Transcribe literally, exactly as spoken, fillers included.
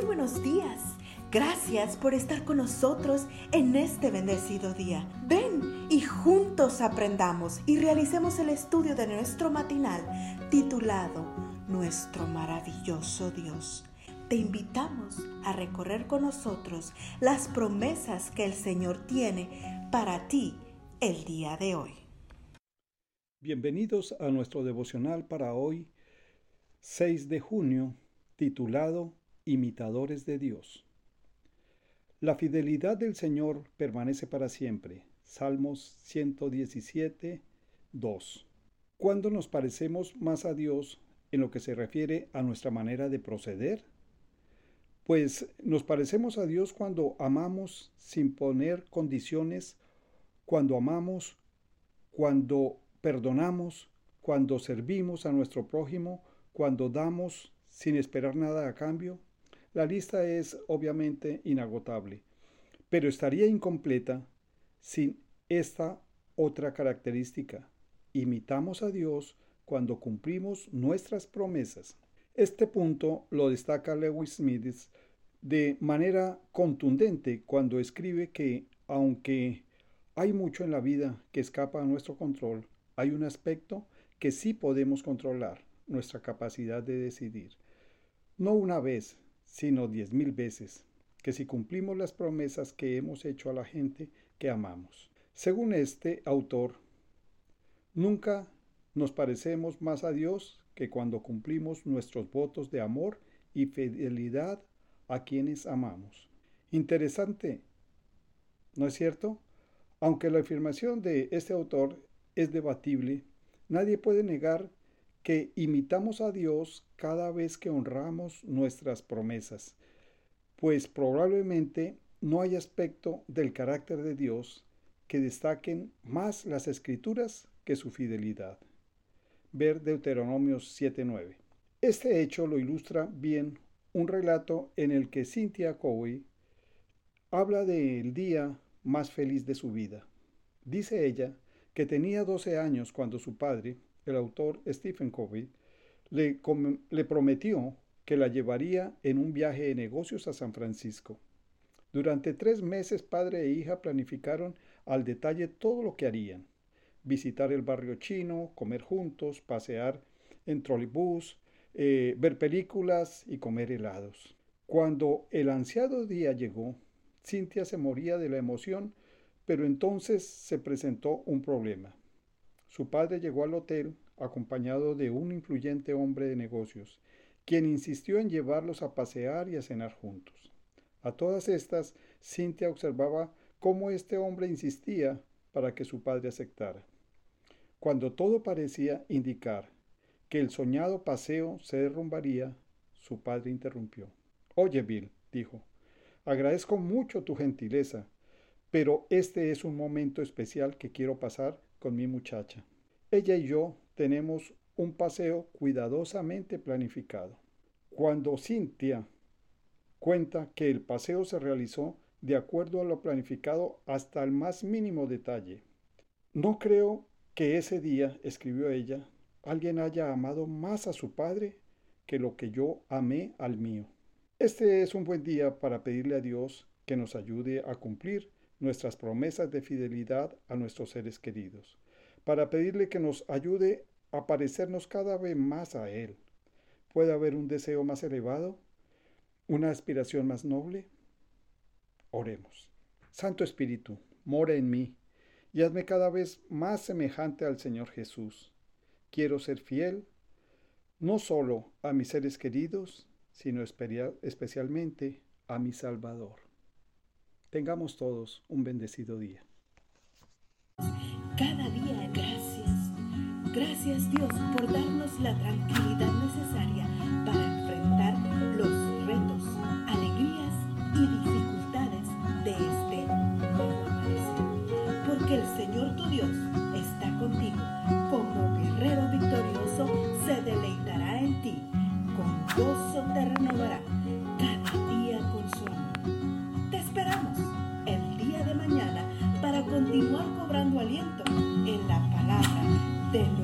buenos días. Gracias por estar con nosotros en este bendecido día. Ven y juntos aprendamos y realicemos el estudio de nuestro matinal titulado Nuestro maravilloso Dios. Te invitamos a recorrer con nosotros las promesas que el Señor tiene para ti el día de hoy. Bienvenidos a nuestro devocional para hoy, seis de junio, titulado Imitadores de Dios. La fidelidad del Señor permanece para siempre. Salmos ciento diecisiete, dos. ¿Cuándo nos parecemos más a Dios en lo que se refiere a nuestra manera de proceder? Pues nos parecemos a Dios cuando amamos sin poner condiciones, cuando amamos, cuando perdonamos, cuando servimos a nuestro prójimo, cuando damos sin esperar nada a cambio. La lista es obviamente inagotable, pero estaría incompleta sin esta otra característica. Imitamos a Dios cuando cumplimos nuestras promesas. Este punto lo destaca Lewis Smith de manera contundente cuando escribe que, aunque hay mucho en la vida que escapa a nuestro control, hay un aspecto que sí podemos controlar, nuestra capacidad de decidir. No una vez, sino diez mil veces, que si cumplimos las promesas que hemos hecho a la gente que amamos. Según este autor, nunca nos parecemos más a Dios que cuando cumplimos nuestros votos de amor y fidelidad a quienes amamos. Interesante, ¿no es cierto? Aunque la afirmación de este autor es debatible, nadie puede negar que imitamos a Dios cada vez que honramos nuestras promesas, pues probablemente no hay aspecto del carácter de Dios que destaquen más las Escrituras que su fidelidad. Ver Deuteronomio siete nueve. Este hecho lo ilustra bien un relato en el que Cynthia Covey habla del día más feliz de su vida. Dice ella que tenía doce años cuando su padre, el autor Stephen Covey, le, le prometió que la llevaría en un viaje de negocios a San Francisco. Durante tres meses padre e hija planificaron al detalle todo lo que harían: visitar el barrio chino, comer juntos, pasear en trolebús, eh, ver películas y comer helados. Cuando el ansiado día llegó, Cynthia se moría de la emoción, pero entonces se presentó un problema. Su padre llegó al hotel acompañado de un influyente hombre de negocios, quien insistió en llevarlos a pasear y a cenar juntos. A todas estas, Cynthia observaba cómo este hombre insistía para que su padre aceptara. Cuando todo parecía indicar que el soñado paseo se derrumbaría, su padre interrumpió. «Oye, Bill», dijo, «agradezco mucho tu gentileza, pero este es un momento especial que quiero pasar con mi muchacha. Ella y yo tenemos un paseo cuidadosamente planificado». Cuando Cynthia cuenta que el paseo se realizó de acuerdo a lo planificado hasta el más mínimo detalle. «No creo que ese día», escribió ella, «alguien haya amado más a su padre que lo que yo amé al mío». Este es un buen día para pedirle a Dios que nos ayude a cumplir nuestras promesas de fidelidad a nuestros seres queridos, para pedirle que nos ayude a parecernos cada vez más a Él. ¿Puede haber un deseo más elevado? ¿Una aspiración más noble? Oremos. Santo Espíritu, mora en mí y hazme cada vez más semejante al Señor Jesús. Quiero ser fiel, no solo a mis seres queridos, sino especialmente a mi Salvador. Tengamos todos un bendecido día. Cada día gracias. Gracias Dios por darnos la tranquilidad necesaria para enfrentar los retos, alegrías y dificultades de este nuevo amanecer. Porque el Señor tu Dios está contigo. Como guerrero victorioso se deleitará en ti. Con gozo te renovará cada día con su amor. Te esperamos el día de mañana para continuar cobrando aliento en la palabra del